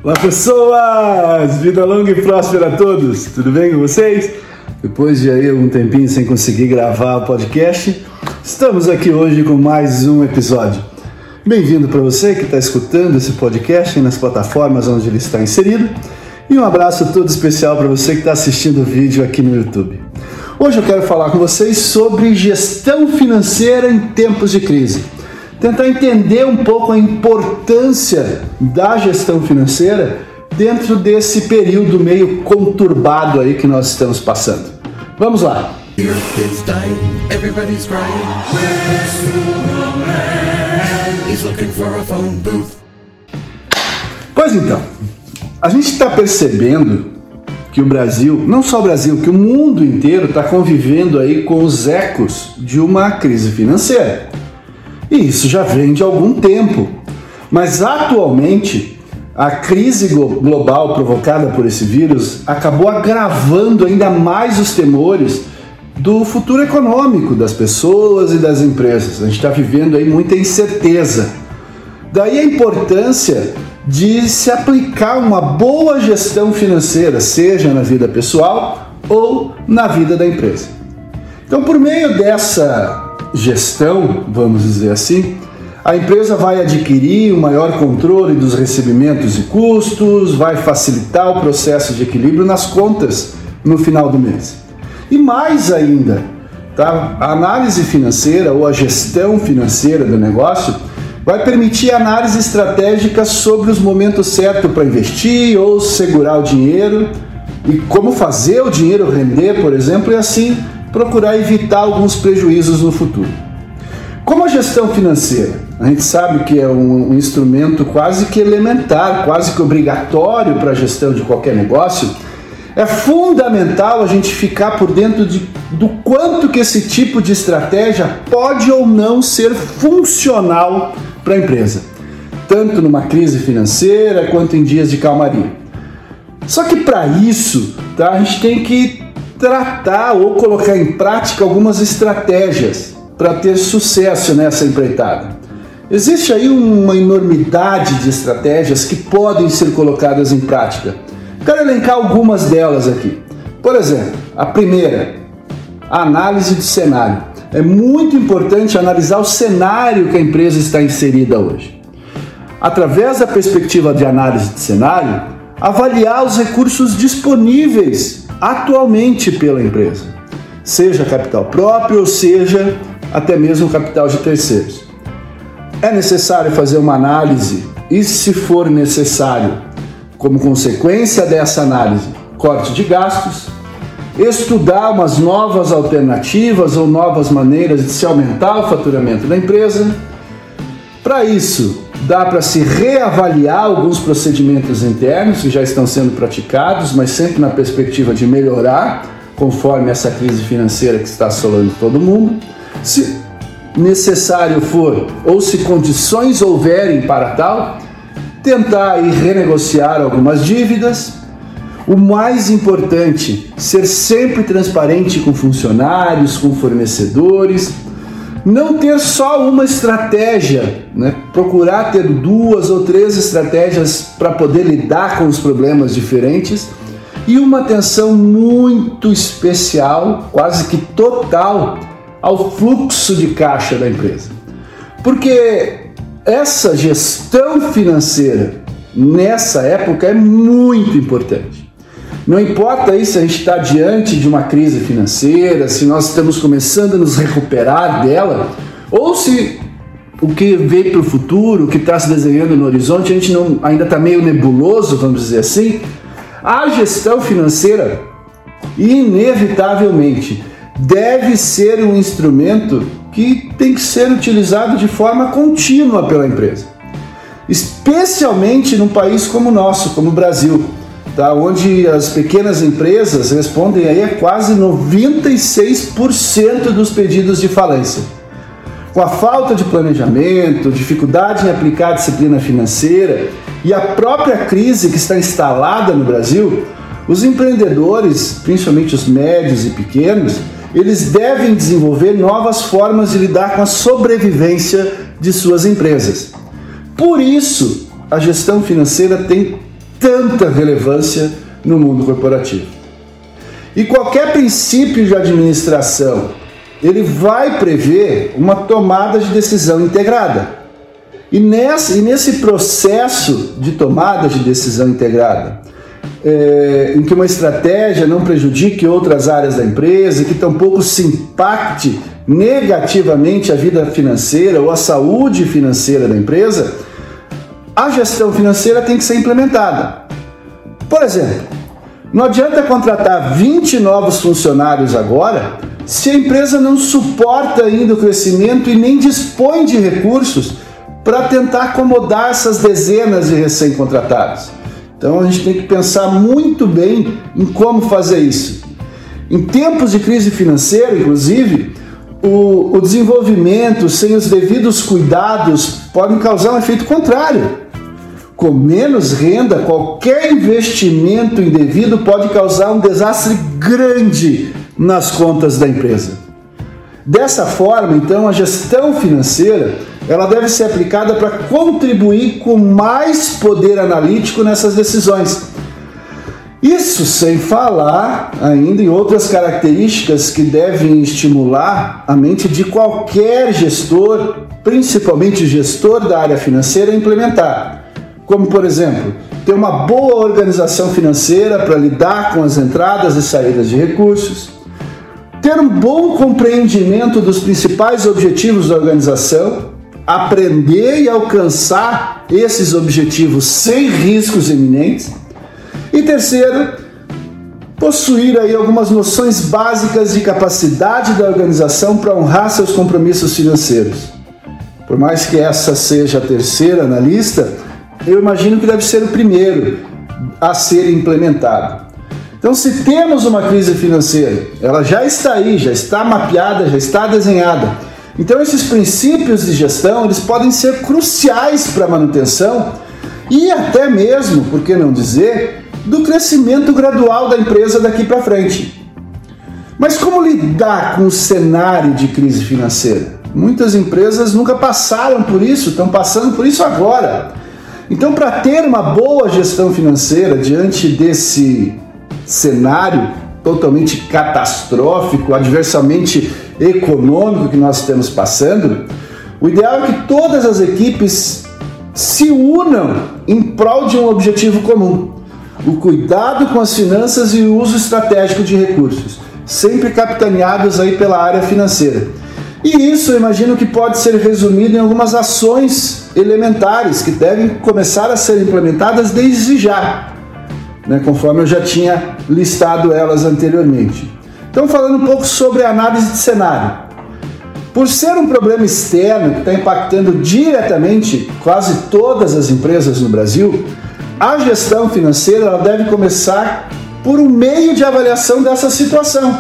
Olá pessoas, vida longa e próspera a todos, tudo bem com vocês? Depois de aí um tempinho sem conseguir gravar o podcast, estamos aqui hoje com mais um episódio. Bem-vindo para você que está escutando esse podcast nas plataformas onde ele está inserido e um abraço todo especial para você que está assistindo o vídeo aqui no YouTube. Hoje eu quero falar com vocês sobre gestão financeira em tempos de crise. Tentar entender um pouco a importância da gestão financeira dentro desse período meio conturbado aí que nós estamos passando. Vamos lá! Pois então, a gente está percebendo que o Brasil, não só o Brasil, que o mundo inteiro está convivendo aí com os ecos de uma crise financeira. E isso já vem de algum tempo, mas atualmente a crise global provocada por esse vírus acabou agravando ainda mais os temores do futuro econômico das pessoas e das empresas. A gente está vivendo aí muita incerteza. Daí a importância de se aplicar uma boa gestão financeira, seja na vida pessoal ou na vida da empresa. Então, por meio dessa gestão, vamos dizer assim, a empresa vai adquirir um maior controle dos recebimentos e custos, vai facilitar o processo de equilíbrio nas contas no final do mês. E mais ainda, tá? A análise financeira ou a gestão financeira do negócio vai permitir análise estratégica sobre os momentos certos para investir ou segurar o dinheiro e como fazer o dinheiro render, por exemplo, e assim procurar evitar alguns prejuízos no futuro. Como a gestão financeira, a gente sabe que é um instrumento quase que elementar, quase que obrigatório para a gestão de qualquer negócio, é fundamental a gente ficar por dentro do quanto que esse tipo de estratégia pode ou não ser funcional para a empresa, tanto numa crise financeira quanto em dias de calmaria. Só que para isso, tá, a gente tem que tratar ou colocar em prática algumas estratégias para ter sucesso nessa empreitada. Existe aí uma enormidade de estratégias que podem ser colocadas em prática. Quero elencar algumas delas aqui. Por exemplo, a primeira, a análise de cenário. É muito importante analisar o cenário que a empresa está inserida hoje. Através da perspectiva de análise de cenário, avaliar os recursos disponíveis atualmente pela empresa, seja capital próprio ou seja até mesmo capital de terceiros. É necessário fazer uma análise e, se for necessário, como consequência dessa análise, corte de gastos, estudar umas novas alternativas ou novas maneiras de se aumentar o faturamento da empresa. Para isso, dá para se reavaliar alguns procedimentos internos que já estão sendo praticados, mas sempre na perspectiva de melhorar, conforme essa crise financeira que está assolando todo mundo. Se necessário for, ou se condições houverem para tal, tentar aí renegociar algumas dívidas. O mais importante, ser sempre transparente com funcionários, com fornecedores. Não ter só uma estratégia, né? Procurar ter 2 ou 3 estratégias para poder lidar com os problemas diferentes e uma atenção muito especial, quase que total, ao fluxo de caixa da empresa. Porque essa gestão financeira nessa época é muito importante. Não importa aí se a gente está diante de uma crise financeira, se nós estamos começando a nos recuperar dela, ou se o que veio para o futuro, o que está se desenhando no horizonte, a gente ainda está meio nebuloso, vamos dizer assim. A gestão financeira, inevitavelmente, deve ser um instrumento que tem que ser utilizado de forma contínua pela empresa. Especialmente num país como o nosso, como o Brasil, tá? Onde as pequenas empresas respondem aí a quase 96% dos pedidos de falência. Com a falta de planejamento, dificuldade em aplicar a disciplina financeira e a própria crise que está instalada no Brasil, os empreendedores, principalmente os médios e pequenos, eles devem desenvolver novas formas de lidar com a sobrevivência de suas empresas. Por isso, a gestão financeira tem tanta relevância no mundo corporativo. E qualquer princípio de administração, ele vai prever uma tomada de decisão integrada. E nesse processo de tomada de decisão integrada, em que uma estratégia não prejudique outras áreas da empresa, que tampouco se impacte negativamente a vida financeira ou a saúde financeira da empresa, a gestão financeira tem que ser implementada. Por exemplo, não adianta contratar 20 novos funcionários agora se a empresa não suporta ainda o crescimento e nem dispõe de recursos para tentar acomodar essas dezenas de recém-contratados. Então a gente tem que pensar muito bem em como fazer isso. Em tempos de crise financeira, inclusive, o desenvolvimento sem os devidos cuidados podem causar um efeito contrário. Com menos renda, qualquer investimento indevido pode causar um desastre grande nas contas da empresa. Dessa forma, então, a gestão financeira ela deve ser aplicada para contribuir com mais poder analítico nessas decisões. Isso sem falar ainda em outras características que devem estimular a mente de qualquer gestor, principalmente gestor da área financeira, a implementar. Como, por exemplo, ter uma boa organização financeira para lidar com as entradas e saídas de recursos, ter um bom compreendimento dos principais objetivos da organização, aprender e alcançar esses objetivos sem riscos iminentes. E terceiro, possuir aí algumas noções básicas de capacidade da organização para honrar seus compromissos financeiros. Por mais que essa seja a terceira na lista, eu imagino que deve ser o primeiro a ser implementado. Então, se temos uma crise financeira, ela já está aí, já está mapeada, já está desenhada. Então, esses princípios de gestão, eles podem ser cruciais para a manutenção e até mesmo, por que não dizer, do crescimento gradual da empresa daqui para frente. Mas como lidar com o cenário de crise financeira? Muitas empresas nunca passaram por isso, estão passando por isso agora. Então, para ter uma boa gestão financeira diante desse cenário totalmente catastrófico, adversamente econômico que nós estamos passando, o ideal é que todas as equipes se unam em prol de um objetivo comum: o cuidado com as finanças e o uso estratégico de recursos, sempre capitaneados aí pela área financeira. E isso eu imagino que pode ser resumido em algumas ações elementares que devem começar a ser implementadas desde já, conforme eu já tinha listado elas anteriormente. Então, falando um pouco sobre a análise de cenário. Por ser um problema externo que está impactando diretamente quase todas as empresas no Brasil, a gestão financeira ela deve começar por um meio de avaliação dessa situação.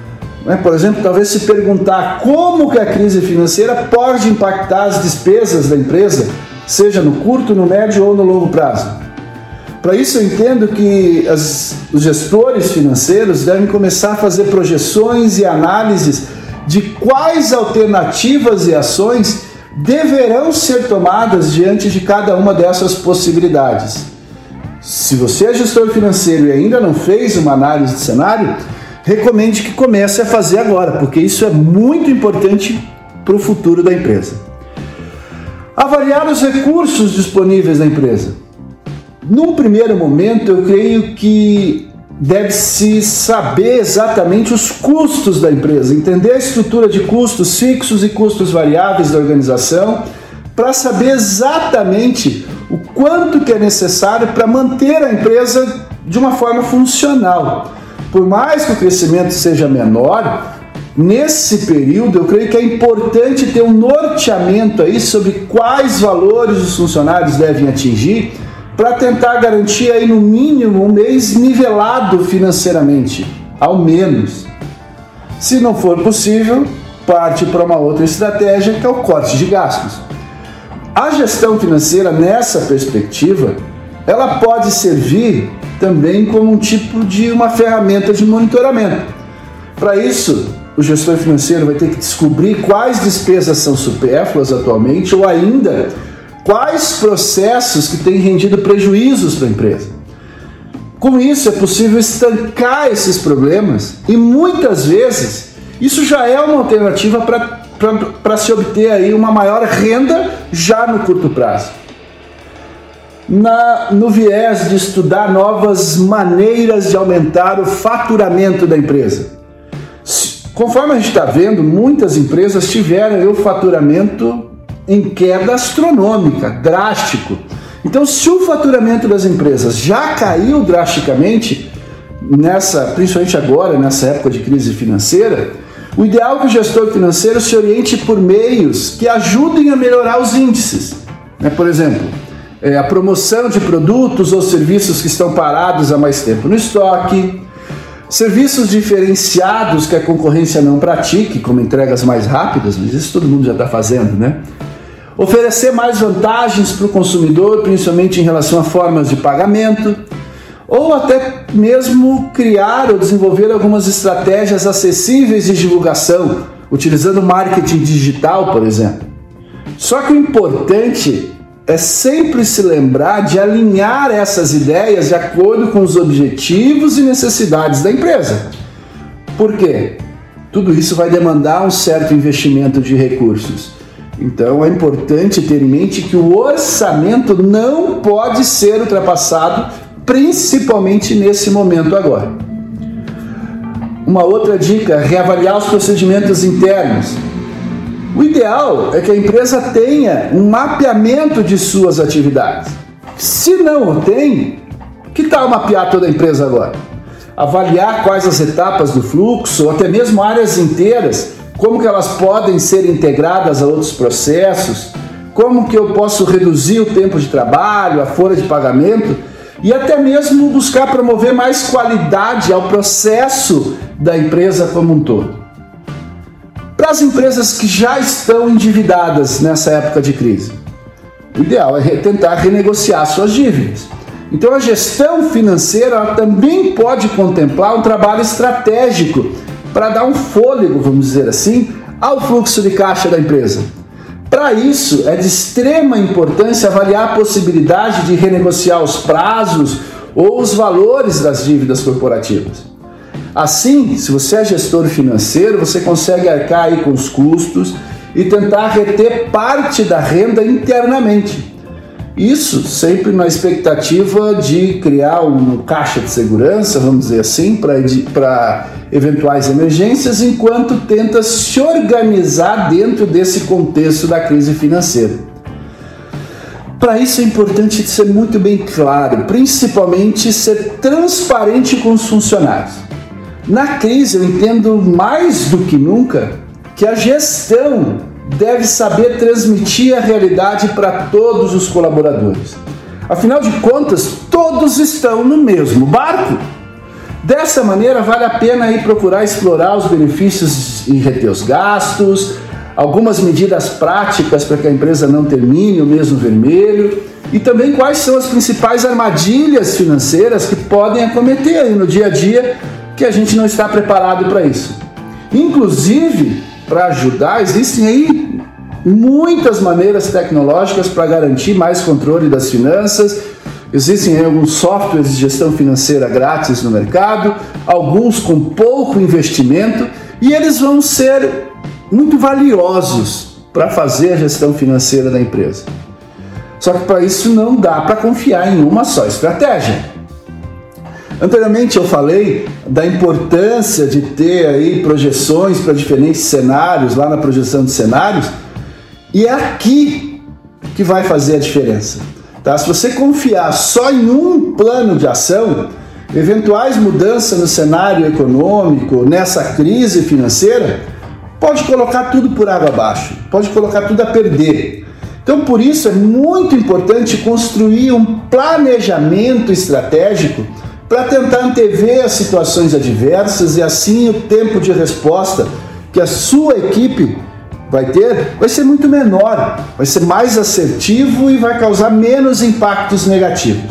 Por exemplo, talvez se perguntar como que a crise financeira pode impactar as despesas da empresa, seja no curto, no médio ou no longo prazo. Para isso eu entendo que os gestores financeiros devem começar a fazer projeções e análises de quais alternativas e ações deverão ser tomadas diante de cada uma dessas possibilidades. Se você é gestor financeiro e ainda não fez uma análise de cenário, recomende que comece a fazer agora, porque isso é muito importante para o futuro da empresa. Avaliar os recursos disponíveis da empresa. Num primeiro momento, eu creio que deve-se saber exatamente os custos da empresa, entender a estrutura de custos fixos e custos variáveis da organização, para saber exatamente o quanto que é necessário para manter a empresa de uma forma funcional. Por mais que o crescimento seja menor, nesse período eu creio que é importante ter um norteamento aí sobre quais valores os funcionários devem atingir para tentar garantir aí no mínimo um mês nivelado financeiramente, ao menos. Se não for possível, parte para uma outra estratégia que é o corte de gastos. A gestão financeira nessa perspectiva, ela pode servir também como um tipo de uma ferramenta de monitoramento. Para isso, o gestor financeiro vai ter que descobrir quais despesas são supérfluas atualmente ou ainda quais processos que têm rendido prejuízos para a empresa. Com isso é possível estancar esses problemas e muitas vezes isso já é uma alternativa para se obter aí uma maior renda já no curto prazo. No viés de estudar novas maneiras de aumentar o faturamento da empresa. Conforme a gente está vendo, muitas empresas tiveram o faturamento em queda astronômica, drástico. Então, se o faturamento das empresas já caiu drasticamente, principalmente agora, nessa época de crise financeira, o ideal é que o gestor financeiro se oriente por meios que ajudem a melhorar os índices. Por exemplo, a promoção de produtos ou serviços que estão parados há mais tempo no estoque, serviços diferenciados que a concorrência não pratique, como entregas mais rápidas, mas isso todo mundo já está fazendo, né? Oferecer mais vantagens para o consumidor, principalmente em relação a formas de pagamento, ou até mesmo criar ou desenvolver algumas estratégias acessíveis de divulgação, utilizando marketing digital, por exemplo. Só que o importante é sempre se lembrar de alinhar essas ideias de acordo com os objetivos e necessidades da empresa. Por quê? Tudo isso vai demandar um certo investimento de recursos. Então é importante ter em mente que o orçamento não pode ser ultrapassado, principalmente nesse momento agora. Uma outra dica é reavaliar os procedimentos internos. O ideal é que a empresa tenha um mapeamento de suas atividades. Se não o tem, que tal mapear toda a empresa agora? Avaliar quais as etapas do fluxo, ou até mesmo áreas inteiras, como que elas podem ser integradas a outros processos, como que eu posso reduzir o tempo de trabalho, a folha de pagamento e até mesmo buscar promover mais qualidade ao processo da empresa como um todo. Para as empresas que já estão endividadas nessa época de crise, o ideal é tentar renegociar suas dívidas. Então a gestão financeira ela também pode contemplar um trabalho estratégico para dar um fôlego, vamos dizer assim, ao fluxo de caixa da empresa. Para isso, é de extrema importância avaliar a possibilidade de renegociar os prazos ou os valores das dívidas corporativas. Assim, se você é gestor financeiro, você consegue arcar aí com os custos e tentar reter parte da renda internamente. Isso sempre na expectativa de criar um caixa de segurança, vamos dizer assim, para eventuais emergências, enquanto tenta se organizar dentro desse contexto da crise financeira. Para isso é importante ser muito bem claro, principalmente ser transparente com os funcionários. Na crise eu entendo mais do que nunca que a gestão deve saber transmitir a realidade para todos os colaboradores. Afinal de contas, todos estão no mesmo barco. Dessa maneira, vale a pena aí procurar explorar os benefícios e reter os gastos, algumas medidas práticas para que a empresa não termine o mês no vermelho e também quais são as principais armadilhas financeiras que podem acometer aí no dia a dia que a gente não está preparado para isso. Inclusive, para ajudar, existem aí muitas maneiras tecnológicas para garantir mais controle das finanças. Existem aí alguns softwares de gestão financeira grátis no mercado, alguns com pouco investimento, e eles vão ser muito valiosos para fazer a gestão financeira da empresa. Só que para isso não dá para confiar em uma só estratégia. Anteriormente eu falei da importância de ter aí projeções para diferentes cenários, lá na projeção de cenários, e é aqui que vai fazer a diferença. Tá? Se você confiar só em um plano de ação, eventuais mudanças no cenário econômico, nessa crise financeira, pode colocar tudo por água abaixo, pode colocar tudo a perder. Então, por isso é muito importante construir um planejamento estratégico para tentar antever as situações adversas e assim o tempo de resposta que a sua equipe vai ter vai ser muito menor, vai ser mais assertivo e vai causar menos impactos negativos.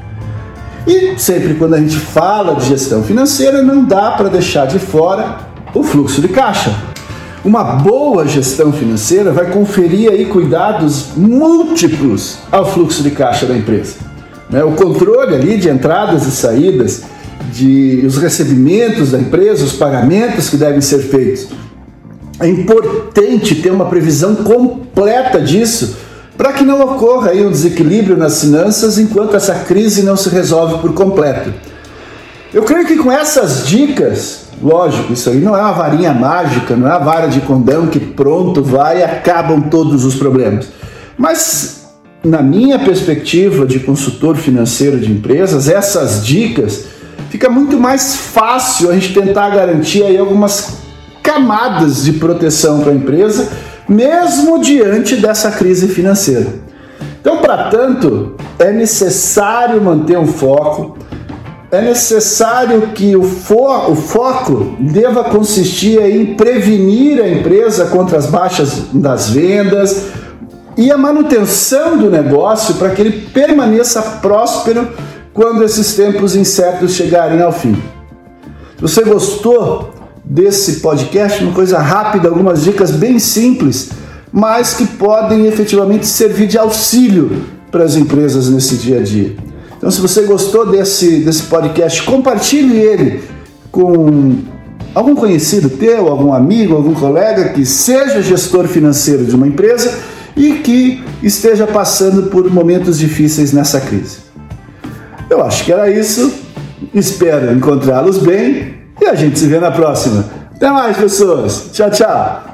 E sempre quando a gente fala de gestão financeira, não dá para deixar de fora o fluxo de caixa. Uma boa gestão financeira vai conferir aí cuidados múltiplos ao fluxo de caixa da empresa. né? O controle ali de entradas e saídas, os recebimentos da empresa, os pagamentos que devem ser feitos. É importante ter uma previsão completa disso para que não ocorra aí um desequilíbrio nas finanças enquanto essa crise não se resolve por completo. Eu creio que com essas dicas, lógico, isso aí não é uma varinha mágica, não é a vara de condão que pronto vai e acabam todos os problemas. Mas, na minha perspectiva de consultor financeiro de empresas, essas dicas fica muito mais fácil a gente tentar garantir aí algumas camadas de proteção para a empresa, mesmo diante dessa crise financeira. Então, para tanto, é necessário manter um foco, é necessário que o foco deva consistir em prevenir a empresa contra as baixas das vendas e a manutenção do negócio para que ele permaneça próspero quando esses tempos incertos chegarem ao fim. Se você gostou desse podcast, uma coisa rápida, algumas dicas bem simples, mas que podem efetivamente servir de auxílio para as empresas nesse dia a dia. Então, se você gostou desse podcast, compartilhe ele com algum conhecido teu, algum amigo, algum colega que seja gestor financeiro de uma empresa e que esteja passando por momentos difíceis nessa crise. Eu acho que era isso. Espero encontrá-los bem e a gente se vê na próxima. Até mais, pessoas. Tchau, tchau.